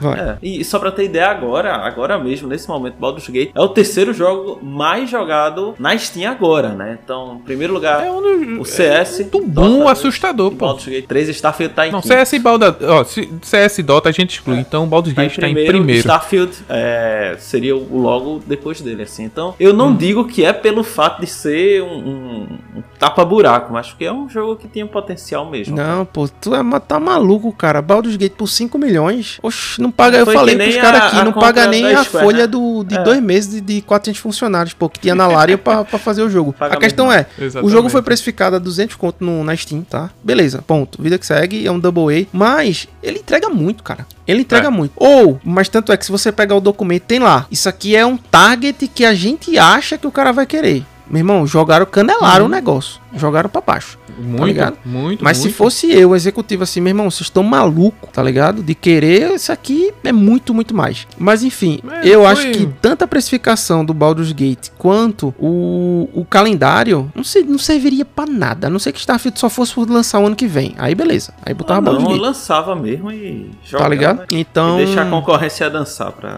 Vai. É. E só pra ter ideia agora, agora mesmo, nesse momento, Baldur's Gate é o terceiro jogo mais jogado na Steam agora, né? Então, em primeiro lugar, é um, o C S. É um boom assustador, pô. Baldur's Gate três, Starfield tá em Não, quinto. C S e Balda, ó, C S e Dota a gente exclui, é. Então Baldur's Gate tá em primeiro. Tá em primeiro. Starfield é, seria o logo depois dele, assim. Então, eu não hum. digo que é pelo fato de ser um, um, um tapa-buraco, mas porque é um jogo que tem um potencial mesmo. Não, pô, tu é, tá maluco, cara. Baldur's Gate por cinco milhões. Oxe, não paga. Eu falei pros caras aqui, a não paga nem a Square, folha né? do, de é. dois meses de, de quatrocentos funcionários, pô, que tinha na Larian pra, pra fazer o jogo. Paga a questão mesmo. é, Exatamente. O jogo foi precificado a duzentos conto no, na Steam, tá? Beleza, ponto. Vida que segue, é um Double A, mas ele entrega muito, cara. Ele entrega é. muito. Ou, mas tanto é que se você pegar o documento, tem lá. Isso aqui é um target que a gente acha que o cara vai querer. Meu irmão, jogaram, canelaram hum. o negócio. Jogaram pra baixo. Muito, tá ligado? muito, Mas muito. se fosse eu, o executivo assim, meu irmão, vocês estão malucos, tá ligado? De querer, isso aqui é muito, muito mais. Mas enfim, é, eu foi... acho que tanto a precificação do Baldur's Gate quanto o, o calendário não, sei, não serviria pra nada. A não ser que Starfield só fosse por lançar o ano que vem. Aí beleza. Aí botava ah, Baldur's Gate. Não, lançava mesmo e jogava. Tá ligado? Então... E deixar a concorrência dançar pra...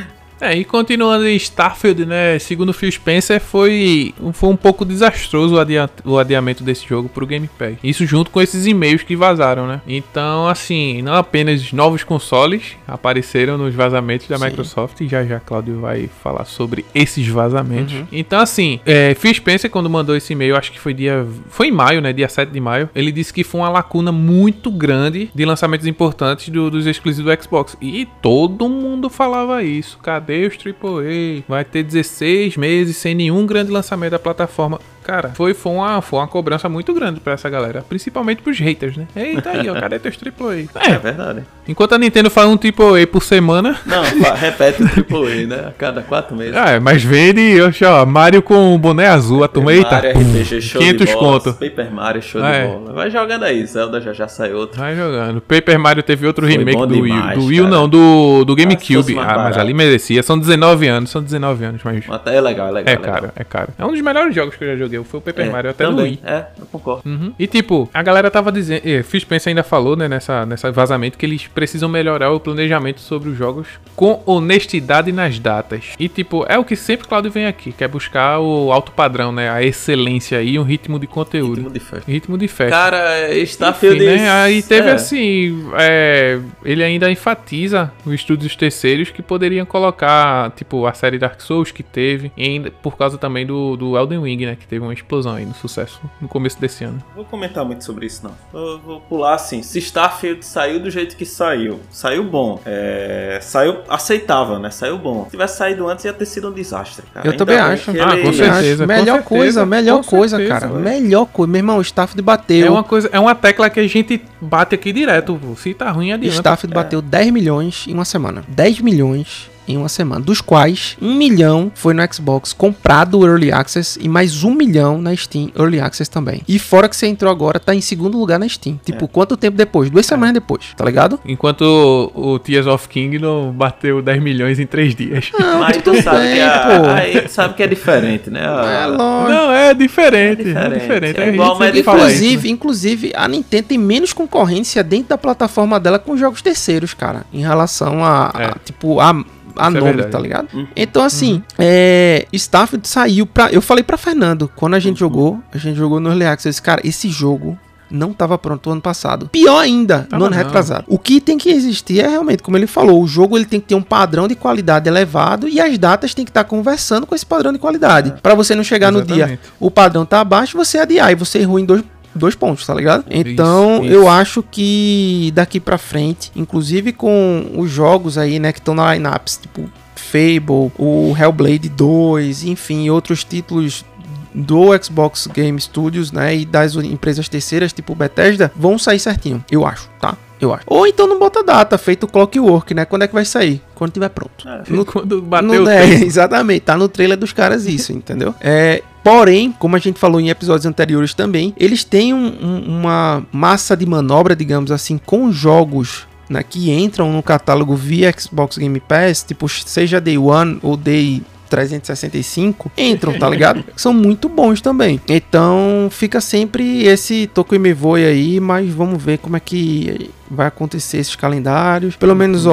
É, e continuando em Starfield, né, segundo Phil Spencer, foi, foi um pouco desastroso o, adia, o adiamento desse jogo pro Game Pass. Isso junto com esses e-mails que vazaram, né? Então, assim, não apenas novos consoles apareceram nos vazamentos da Sim. Microsoft, e já já Claudio vai falar sobre esses vazamentos. Uhum. Então, assim, é, Phil Spencer, quando mandou esse e-mail, acho que foi dia... Foi em maio, né, dia sete de maio, ele disse que foi uma lacuna muito grande de lançamentos importantes do, dos exclusivos do Xbox. E todo mundo falava isso, cara. Deus Triple A, vai ter dezesseis meses sem nenhum grande lançamento da plataforma. Cara, foi, foi, uma, foi uma cobrança muito grande pra essa galera, principalmente pros haters, né? Eita aí, ó, cadê teus Triple A? É, é verdade. Enquanto a Nintendo faz um Triple A por semana... Não, repete o Triple A, né? A cada quatro meses. É, mas vende, ó, Mario com o boné azul, a turma, eita, Mario, R P G, show quinhentos de bola, conto. Paper Mario, show é. de bola. Vai jogando aí, Zelda já já sai outro. Vai jogando. Paper Mario teve outro Foi remake do demais, Wii. Do Wii não, do, do GameCube. Ah, mas ali merecia. São dezenove anos, são dezenove anos, mas... Até é legal, é legal. É caro, é caro. É um dos melhores jogos que eu já joguei, foi o Paper é, Mario, até também. no Wii. É, eu concordo. Uhum. E tipo, a galera tava dizendo... Eh, Phil Spencer ainda falou, né, nessa, nessa vazamento, que eles precisam melhorar o planejamento sobre os jogos com honestidade nas datas. E tipo, é o que sempre Claudio vem aqui, que é buscar o alto padrão, né, a excelência e um ritmo de conteúdo. Ritmo de festa. Ritmo de festa. Cara, Starfield... Enfim, né, aí teve é. assim, é, ele ainda enfatiza os estúdios terceiros que poderiam colocar, tipo, a série Dark Souls que teve, e ainda por causa também do, do Elden Ring, né, que teve uma explosão aí no sucesso no começo desse ano. Vou comentar muito sobre isso, não. Eu vou pular assim, se Starfield saiu do jeito que saiu, saiu bom, é, saiu aceitável, né, saiu bom. Se tivesse saído antes ia ter sido um desastre, cara. Eu Ainda também acho. Ele... Ah, com certeza. Melhor com certeza, coisa, melhor coisa, certeza, cara. velho. Melhor coisa. Meu irmão, o Starfield bateu. É uma coisa, é uma tecla que a gente bate aqui direto. Se tá ruim, adianta. O Starfield É. bateu dez milhões em uma semana. dez milhões em uma semana, dos quais um milhão foi no Xbox comprado Early Access e mais um milhão na Steam Early Access também. E fora que você entrou agora, tá em segundo lugar na Steam. Tipo, É. quanto tempo depois? Duas semanas depois, tá ligado? Enquanto o, o Tears of Kingdom bateu dez milhões em três dias. Não, Mas tudo tu sabe, bem, que a, pô. aí tu sabe que é diferente, né? É A- lógico. Não, é diferente. É diferente. diferente. É A gente igual, mas sempre fala isso, Inclusive, né? inclusive, a Nintendo tem menos concorrência dentro da plataforma dela com jogos terceiros, cara. Em relação a, a É. tipo, a... a Isso é nome, verdade. tá ligado? Uhum. Então, assim, é, Starfield saiu pra... Eu falei pra Fernando, quando a gente jogou, a gente jogou no Early Access, cara, esse jogo não tava pronto ano passado. Pior ainda, Tava no ano não. retrasado. O que tem que existir é realmente, como ele falou, o jogo ele tem que ter um padrão de qualidade elevado e as datas tem que estar conversando com esse padrão de qualidade. Pra você não chegar no dia, Exatamente. o padrão tá abaixo, você adiar e você errou em dois dois pontos, tá ligado? Então, isso. eu acho que daqui pra frente, inclusive com os jogos aí, né, que estão na lineups, tipo Fable, o Hellblade dois, enfim, outros títulos do Xbox Game Studios, né, e das empresas terceiras, tipo Bethesda, vão sair certinho, eu acho, tá? Eu acho. Ou então não bota data, feito Clockwork, né? Quando é que vai sair? Quando tiver pronto. É, No- Quando bateu não o é, tempo. exatamente, tá no trailer dos caras isso, entendeu? É, porém, como a gente falou em episódios anteriores também, eles têm um- um- uma massa de manobra, digamos assim, com jogos, né, que entram no catálogo via Xbox Game Pass, tipo, seja Day One ou Day trezentos e sessenta e cinco, entram, tá ligado? São muito bons também. Então, fica sempre esse toco e me voe aí, mas vamos ver como é que vai acontecer esses calendários. Pelo menos, ó,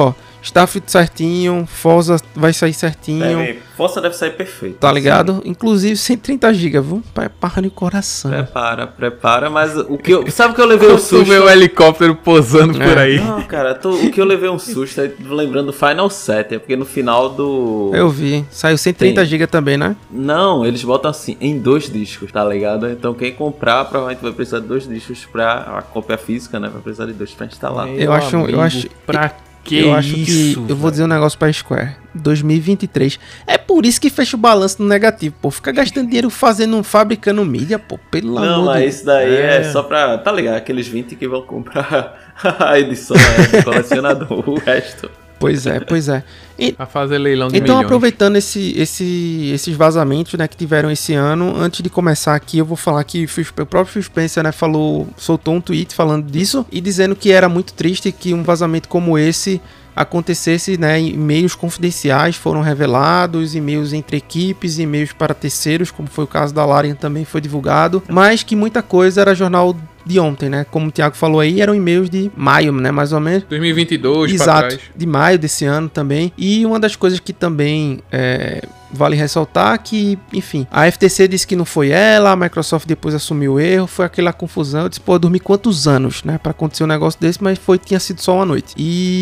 Starfield certinho, Forza vai sair certinho. Deve, Forza deve sair perfeito. Tá ligado? Sim. Inclusive cento e trinta gigas, viu? Prepara no coração. Prepara, prepara, mas o que eu... Sabe o que eu levei um susto? Ver o helicóptero posando é. por aí. Não, cara, tô, o que eu levei um susto é lembrando do Final sete, é porque no final do... Eu vi, saiu cento e trinta gigas também, né? Não, eles botam assim, em dois discos, tá ligado? Então quem comprar provavelmente vai precisar de dois discos pra a cópia física, né? Vai precisar de dois pra instalar. Eu acho, eu acho... Pra que eu acho isso, que... Eu vou dizer um negócio pra Square. dois mil e vinte e três. É por isso que fecha o balanço no negativo, pô. Fica gastando dinheiro fazendo, fabricando mídia, pô. Pelo Não, amor de Deus. Não, mas isso daí é. é só pra... Tá ligado? Aqueles vinte que vão comprar a edição né, do colecionador. O resto... Pois é, pois é. E, a fazer leilão de então, milhões. Aproveitando esse, esse, esses vazamentos, né, que tiveram esse ano, antes de começar aqui, eu vou falar que o próprio Phil Spencer, né, falou, soltou um tweet falando disso e dizendo que era muito triste que um vazamento como esse acontecesse, né, e-mails confidenciais foram revelados, e-mails entre equipes, e-mails para terceiros, como foi o caso da Larian também foi divulgado, mas que muita coisa era jornal de ontem, né? Como o Thiago falou aí, eram e-mails de maio, né? Mais ou menos. dois mil e vinte e dois, exato, de maio desse ano também. E uma das coisas que também é, vale ressaltar que, enfim, a F T C disse que não foi ela, a Microsoft depois assumiu o erro, foi aquela confusão. Eu disse, pô, eu dormi quantos anos, né? Pra acontecer um negócio desse, mas foi, tinha sido só uma noite.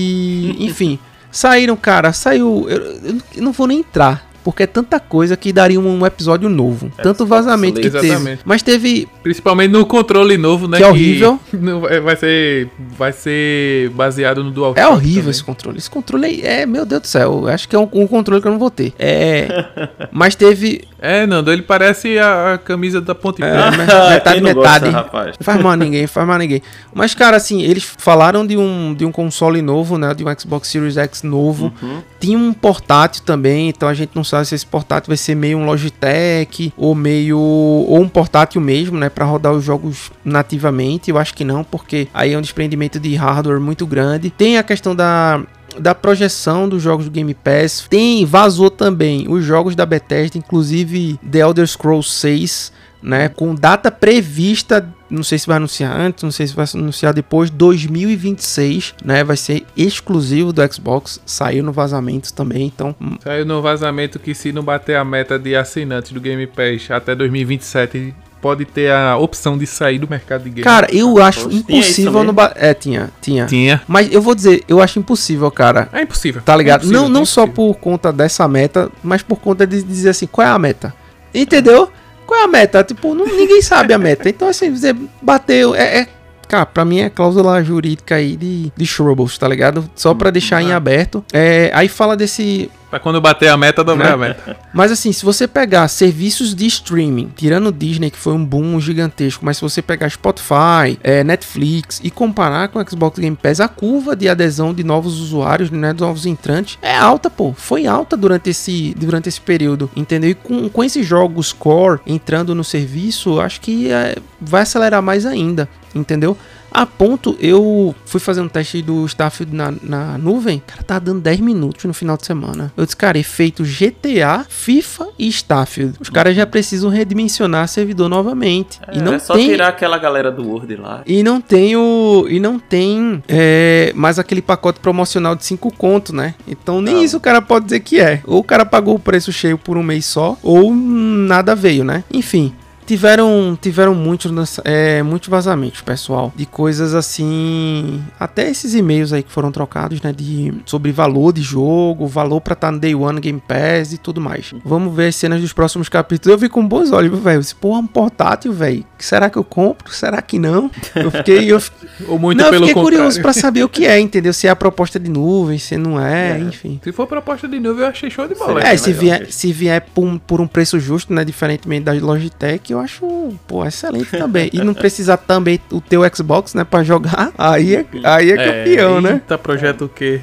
E, enfim, saíram, cara, saiu... Eu, eu não vou nem entrar, porque é tanta coisa que daria um, um episódio novo. É, tanto vazamento que exatamente. teve. Mas teve... Principalmente no controle novo, né? Que é horrível. Que vai, ser, vai ser baseado no DualShock. É horrível também. Esse controle. Esse controle é... Meu Deus do céu. Acho que é um, um controle que eu não vou ter. É... Mas teve... É, Nando, ele parece a, a camisa da Ponte Preta. É, metade, não metade. Gosta, rapaz. Não faz mal a ninguém, faz mal a ninguém. Mas, cara, assim, eles falaram de um, de um console novo, né? De um Xbox Series X novo. Uhum. Tinha um portátil também, então a gente não sabe se esse portátil vai ser meio um Logitech ou meio... Ou um portátil mesmo, né? Pra rodar os jogos nativamente. Eu acho que não, porque aí é um desprendimento de hardware muito grande. Tem a questão da... da projeção dos jogos do Game Pass. Tem, vazou também os jogos da Bethesda, inclusive The Elder Scrolls seis, né, com data prevista, não sei se vai anunciar antes, não sei se vai anunciar depois, dois mil e vinte e seis, né, vai ser exclusivo do Xbox, saiu no vazamento também, então... Saiu no vazamento que se não bater a meta de assinantes do Game Pass até dois mil e vinte e sete... pode ter a opção de sair do mercado de games. Cara, eu acho Poxa, impossível no... Ba... É, tinha, tinha. Tinha. Mas eu vou dizer, eu acho impossível, cara. É impossível. Tá ligado? É impossível, não não é só por conta dessa meta, mas por conta de dizer assim, qual é a meta? Entendeu? Qual é a meta? Tipo, não, ninguém sabe a meta. Então, assim, você bateu... É, é, cara, pra mim é cláusula jurídica aí de, de Shrubbles, tá ligado? Só pra deixar em aberto. É, aí fala desse... Pra quando bater a meta, dobrar a meta. Mas assim, se você pegar serviços de streaming, tirando o Disney, que foi um boom gigantesco, mas se você pegar Spotify, é, Netflix e comparar com o Xbox Game Pass, a curva de adesão de novos usuários, né, de novos entrantes, é alta, pô. Foi alta durante esse, durante esse período, entendeu? E com, com esses jogos core entrando no serviço, acho que é, vai acelerar mais ainda, entendeu? A ponto, eu fui fazer um teste do Starfield na, na nuvem, cara, tá dando dez minutos no final de semana. Eu disse, cara, efeito G T A, FIFA e Starfield. Os caras já precisam redimensionar servidor novamente. É, e não é só tem... tirar aquela galera do Word lá. E não tem o... E não tem é, mais aquele pacote promocional de cinco conto, né? Então nem não. Isso o cara pode dizer que é. Ou o cara pagou o preço cheio por um mês só, ou nada veio, né? Enfim... Tiveram, tiveram muitos, é, muitos vazamentos, pessoal, de coisas assim, até esses e-mails aí que foram trocados, né, de, sobre valor de jogo, valor pra estar no Day One Game Pass e tudo mais. Vamos ver as cenas dos próximos capítulos. Eu vi com bons olhos, velho, esse porra, um portátil, velho, será que eu compro? Será que não? Eu fiquei, eu fiquei, Ou muito não, eu pelo fiquei contrário. curioso pra saber o que é, entendeu? Se é a proposta de nuvem, se não é, é. enfim. Se for proposta de nuvem, eu achei show de bola. É, é se, vier, se vier por um, por um preço justo, né, diferentemente da Logitech, eu acho, pô, excelente também. E não precisar também o teu Xbox, né, pra jogar, aí é, aí é campeão, é, né? Eita, projeto o quê?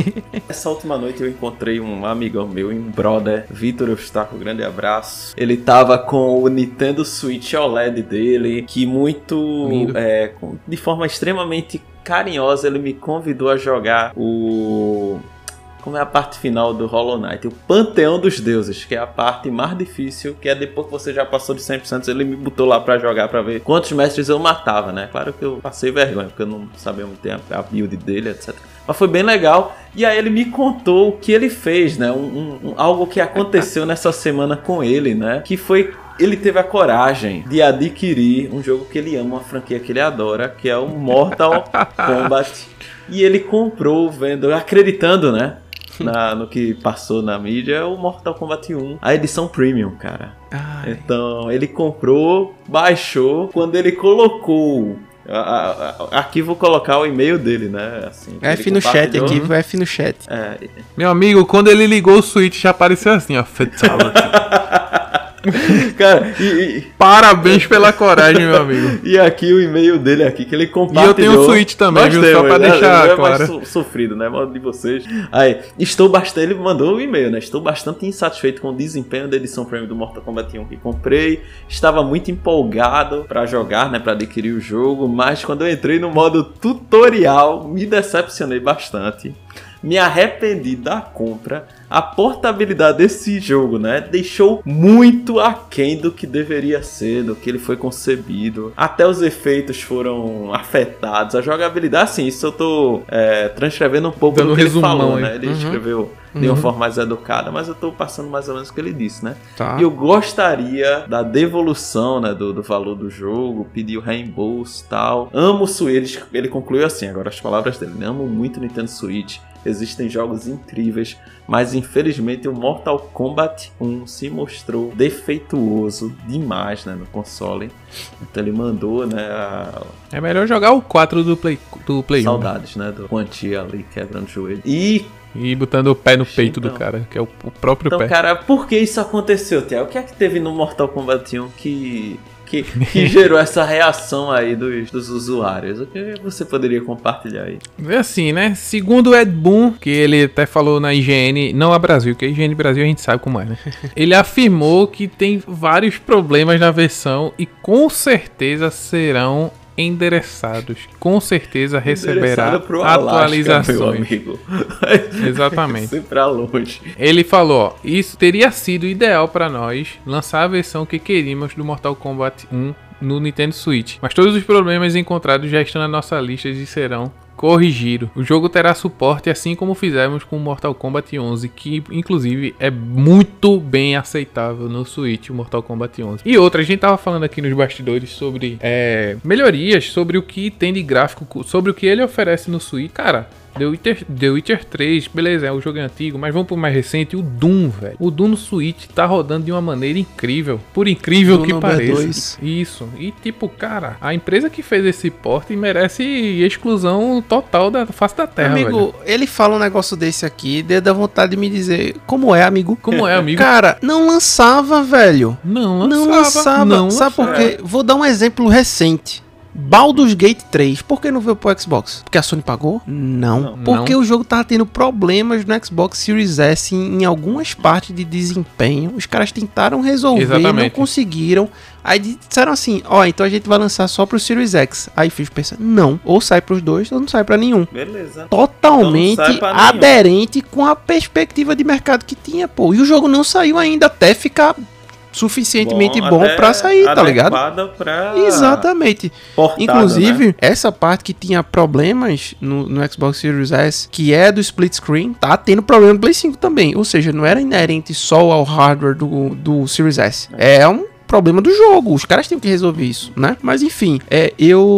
Essa última noite eu encontrei um amigão meu, um brother, Vitor Eustáquio, um grande abraço. Ele tava com o Nintendo Switch O L E D dele, que muito, é, de forma extremamente carinhosa, ele me convidou a jogar o... Como é a parte final do Hollow Knight? O Panteão dos Deuses, que é a parte mais difícil, que é depois que você já passou de cem por cento, ele me botou lá pra jogar, pra ver quantos mestres eu matava, né? Claro que eu passei vergonha, porque eu não sabia muito tempo a build dele, etcétera. Mas foi bem legal. E aí ele me contou o que ele fez, né? Um, um, algo que aconteceu nessa semana com ele, né? Que foi... Ele teve a coragem de adquirir um jogo que ele ama, uma franquia que ele adora, que é o Mortal Kombat. E ele comprou, vendo, acreditando, né? Na, no que passou na mídia, o Mortal Kombat um, a edição Premium, cara. Ai. Então, ele comprou, baixou, quando ele colocou... A, a, a, aqui vou colocar o e-mail dele, né? Assim, F no chat aqui, uhum. F no chat. É. Meu amigo, quando ele ligou o Switch, já apareceu assim, ó. Fatality. Cara, e, e... parabéns pela coragem, meu amigo. E aqui o e-mail dele aqui, que ele compartilhou. E eu tenho o Switch também, Nós viu? Temos, só pra né? deixar é claro. Mais so, sofrido, né? Modo de vocês. Aí, estou bastante... Ele mandou um e-mail, né? Estou bastante insatisfeito com o desempenho da edição Premium do Mortal Kombat um que comprei. Estava muito empolgado pra jogar, né? Pra adquirir o jogo. Mas quando eu entrei no modo tutorial, me decepcionei bastante. Me arrependi da compra. A portabilidade desse jogo, né, deixou muito aquém do que deveria ser, do que ele foi concebido. Até os efeitos foram afetados. A jogabilidade, assim, isso eu tô é, transcrevendo um pouco Dando do que resumão, ele falou, hein? né? Ele uhum. escreveu de uma uhum. forma mais educada, mas eu tô passando mais ou menos o que ele disse, né? Tá. E eu gostaria da devolução, né, do, do valor do jogo, pediu reembolso e tal. Amo o Switch, ele concluiu assim, agora as palavras dele, né? Amo muito o Nintendo Switch. Existem jogos incríveis, mas infelizmente o Mortal Kombat um se mostrou defeituoso demais, né, no console. Então ele mandou, né, a... É melhor jogar o quatro do Play, do Play Saudades, um. né, do Quantia ali quebrando o joelho. E... E botando o pé no peito então, do cara, que é o, o próprio então, pé. Então, cara, por que isso aconteceu, Tiago? O que é que teve no Mortal Kombat um que... Que, que gerou essa reação aí dos, dos usuários? O que você poderia compartilhar aí? É assim, né? Segundo o Ed Boon, que ele até falou na I G N, não a Brasil, que a I G N Brasil a gente sabe como é, né? Ele afirmou que tem vários problemas na versão e com certeza serão endereçados. Com certeza receberá atualizações. Meu amigo. Exatamente. Sempre longe. Ele falou, ó, isso teria sido ideal para nós lançar a versão que queríamos do Mortal Kombat um no Nintendo Switch. Mas todos os problemas encontrados já estão na nossa lista e serão corrigido. O jogo terá suporte assim como fizemos com o Mortal Kombat onze, que inclusive é muito bem aceitável no Switch, o Mortal Kombat onze. E outra, a gente tava falando aqui nos bastidores sobre é, melhorias, sobre o que tem de gráfico, sobre o que ele oferece no Switch. Cara, The Witcher, The Witcher três, beleza, é o jogo é antigo, mas vamos pro mais recente, o Doom, velho. O Doom no Switch tá rodando de uma maneira incrível, por incrível Doom que pareça. dois. Isso, e tipo, cara, a empresa que fez esse port merece exclusão total da face da terra, amigo, velho. Ele fala um negócio desse aqui, dá vontade de me dizer, como é, amigo? Como é, amigo? Cara, não lançava, velho. Não lançava. Não lançava. Não Sabe lançava. por quê? Vou dar um exemplo recente. Baldur's Gate três, por que não veio pro Xbox? Porque a Sony pagou? Não. não Porque não. o jogo tava tendo problemas no Xbox Series S em, em algumas partes de desempenho. Os caras tentaram resolver, Exatamente. não conseguiram. Aí disseram assim, ó, oh, então a gente vai lançar só pro Series X. Aí fiz pensar, não, ou sai pros dois ou não sai pra nenhum. Beleza. Totalmente então aderente com a perspectiva de mercado que tinha, pô. E o jogo não saiu ainda até ficar suficientemente bom, bom pra sair, tá ligado? Pra Exatamente. Portado, Inclusive, né? essa parte que tinha problemas no, no Xbox Series S, que é do split screen, tá tendo problema no Play cinco também. Ou seja, não era inerente só ao hardware do, do Series S. É um problema do jogo, os caras têm que resolver isso, né? Mas enfim, é,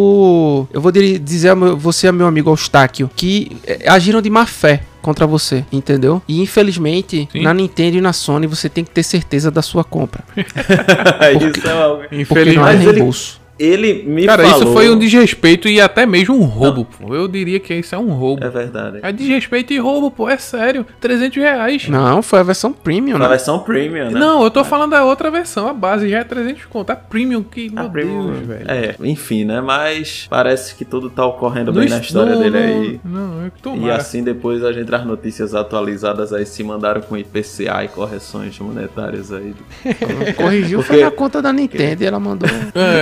eu eu vou dizer a meu, você, a meu amigo Eustáquio, que é, agiram de má fé contra você, entendeu? E infelizmente, Sim. na Nintendo e na Sony, você tem que ter certeza da sua compra. Porque, isso é algo. Porque não é reembolso. Ele me Cara, falou... isso foi um desrespeito e até mesmo um roubo, não. pô. Eu diria que isso é um roubo. É verdade. É desrespeito e roubo, pô. É sério. trezentos reais. Não, foi a versão Premium, né? A versão Premium, né? Não, eu tô é. falando da outra versão. A base já é trezentos conto. A Premium, que, meu a Premium, Deus, velho. É, enfim, né? Mas parece que tudo tá ocorrendo bem no na história não, dele aí. Não, não, é que E assim, depois a gente, as notícias atualizadas aí se mandaram com I P C A e correções monetárias aí. Corrigiu, Porque... foi na conta da Nintendo e ela mandou. É.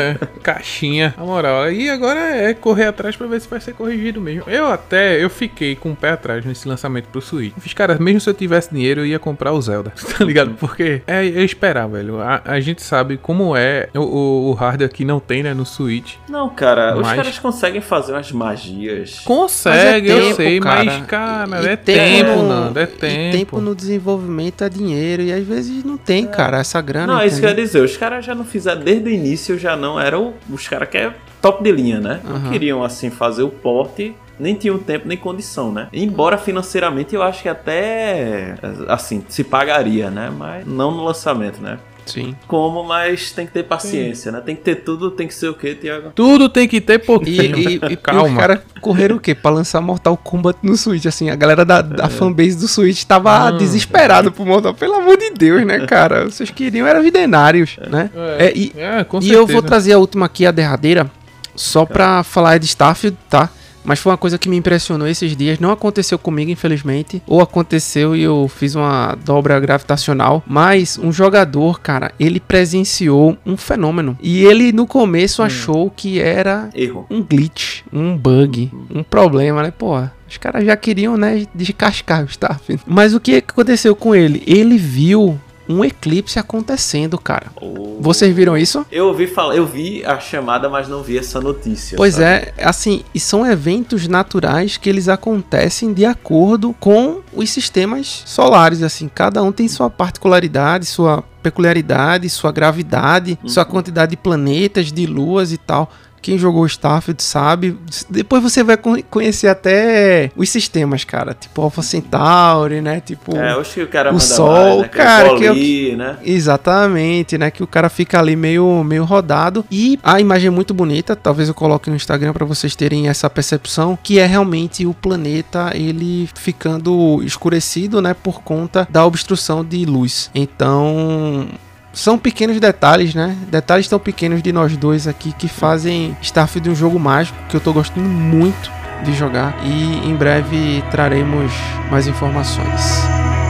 caixinha. Na moral, e agora é correr atrás pra ver se vai ser corrigido mesmo. Eu até, eu fiquei com o pé atrás nesse lançamento pro Switch. Eu fiz, cara, mesmo se eu tivesse dinheiro, eu ia comprar o Zelda. Tá ligado? Porque é, é esperar, velho. A, a gente sabe como é o, o, o hardware que não tem, né, no Switch. Não, cara, mas... os caras conseguem fazer umas magias. Consegue, é eu tempo, sei, cara. mas, cara, E é tempo tempo, no- Nando, é E tempo. tempo no desenvolvimento é dinheiro. E às vezes não tem, cara, essa grana. Não, isso que eu ia entendeu? dizer, os caras já não fizeram, desde o início já não eram os caras que é top de linha, né? Não Aham. queriam, assim, fazer o porte, nem tinham tempo nem condição, né? Embora financeiramente eu acho que até, assim, se pagaria, né? Mas não no lançamento, né? Sim. Como, mas tem que ter paciência, né? Tem que ter tudo, tem que ser o quê, Thiago? Tudo tem que ter E, pouquinho. e, e Calma. os caras correram o quê? Pra lançar Mortal Kombat no Switch. Assim, a galera da, da fanbase do Switch tava Hum. desesperado pro Mortal. Pelo amor de Deus, né, cara? Vocês queriam, era videnários, né? É, É, e é, com e certeza. eu vou trazer a última aqui, a derradeira, só pra falar de Starfield, tá? Mas foi uma coisa que me impressionou esses dias. Não aconteceu comigo, infelizmente. Ou aconteceu e eu fiz uma dobra gravitacional. Mas um jogador, cara, ele presenciou um fenômeno. E ele, no começo, achou que era Erro. um glitch, um bug, um problema, né? Pô, os caras já queriam, né, descascar o Starfield. Mas o que aconteceu com ele? Ele viu um eclipse acontecendo, cara. Oh. Vocês viram isso? Eu ouvi falar, eu vi a chamada, mas não vi essa notícia. Pois sabe? é, assim, e são eventos naturais que eles acontecem de acordo com os sistemas solares, assim, cada um tem sua particularidade, sua peculiaridade, sua gravidade, Uhum. sua quantidade de planetas, de luas e tal. Quem jogou Starfield sabe. Depois você vai con- conhecer até os sistemas, cara. Tipo Alpha Centauri, né? Tipo... É, eu acho que o cara o manda Sol, mais, né? cara, Que que é eu- Poli, né? Exatamente, né? Que o cara fica ali meio, meio rodado. E a imagem é muito bonita. Talvez eu coloque no Instagram para vocês terem essa percepção. Que é realmente o planeta ele ficando escurecido, né? Por conta da obstrução de luz. Então... São pequenos detalhes, né? Detalhes tão pequenos de nós dois aqui que fazem Starfield um jogo mágico que eu tô gostando muito de jogar. E em breve traremos mais informações.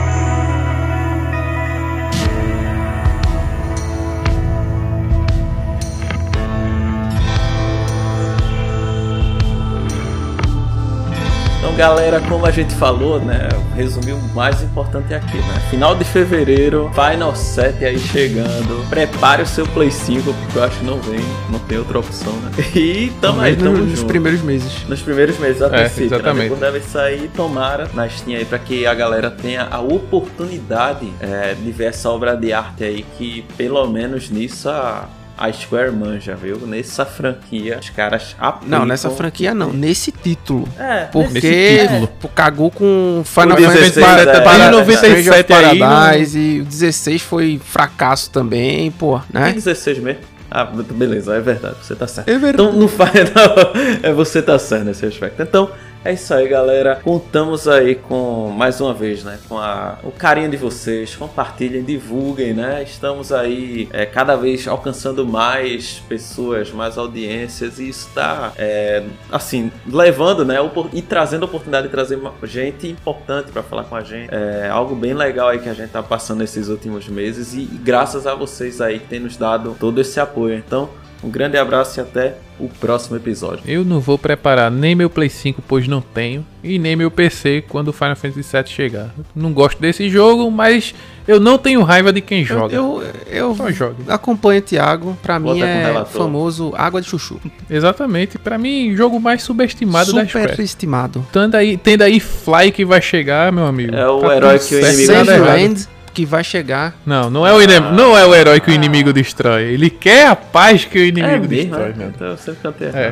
Então, galera, como a gente falou, né? Resumir o mais importante aqui, né? Final de fevereiro, Final sete aí chegando. Prepare o seu Play cinco, porque eu acho que não vem, não tem outra opção, né? E tamo aí, Mas tamo nos junto. primeiros meses. Nos primeiros meses, a É, princípio, exatamente. né? Depois deve sair, tomara, na Steam aí, pra que a galera tenha a oportunidade é, de ver essa obra de arte aí, que pelo menos nisso a, a Square manja, viu? Nessa franquia, os caras aplicam... Não, nessa franquia não, nesse título. É, Porque Nesse título. pô, cagou com Final O Fantasy dezesseis, para, é, para é, noventa e Stranger of sete aí, Paradise e o dezesseis foi fracasso também, pô, Tem né? dezesseis mesmo? Ah, beleza, é verdade, você tá certo. É verdade. Então não faz, não, é você tá certo nesse aspecto. Então é isso aí, galera. Contamos aí com, mais uma vez, né, com a, o carinho de vocês. Compartilhem, divulguem, né? Estamos aí é, cada vez alcançando mais pessoas, mais audiências, e isso tá, é, assim, levando, né, opor- e trazendo a oportunidade de trazer uma- gente importante pra falar com a gente. É algo bem legal aí que a gente tá passando nesses últimos meses, e, e graças a vocês aí que tem nos dado todo esse apoio. Então, um grande abraço e até o próximo episódio. Eu não vou preparar nem meu Play cinco, pois não tenho, e nem meu P C quando o Final Fantasy sete chegar. Não gosto desse jogo, mas eu não tenho raiva de quem joga. Eu, eu, Só eu joga. acompanho o Thiago, pra Bota mim com é relator. famoso água de chuchu. Exatamente, pra mim, jogo mais subestimado da Super Square. estimado. Tendo aí, tendo aí Fly que vai chegar, meu amigo. É o Tá herói tudo que o certo, inimigo nada Sage errado. Land que vai chegar. Não, não é, o inim- não é o herói que o inimigo destrói. Ele quer a paz que o É inimigo mesmo, destrói, né? meu. Então eu sempre cantei. É.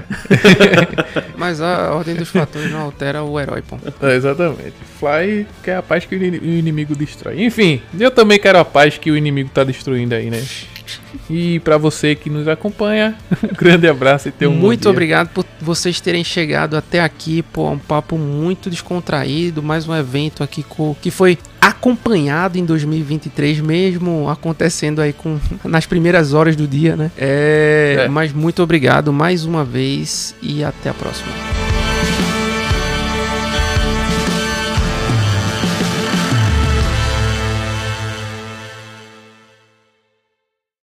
Mas a ordem dos fatores não altera o herói, pô. É, exatamente. Fly quer a paz que o ini- o inimigo destrói. Enfim, eu também quero a paz que o inimigo tá destruindo aí, né? E pra você que nos acompanha, um grande abraço e tenha um bom Muito dia. obrigado por vocês terem chegado até aqui, pô, um papo muito descontraído, mais um evento aqui com, que foi acompanhado em dois mil e vinte e três, mesmo acontecendo aí com, nas primeiras horas do dia, né? É, É. Mas muito obrigado mais uma vez e até a próxima.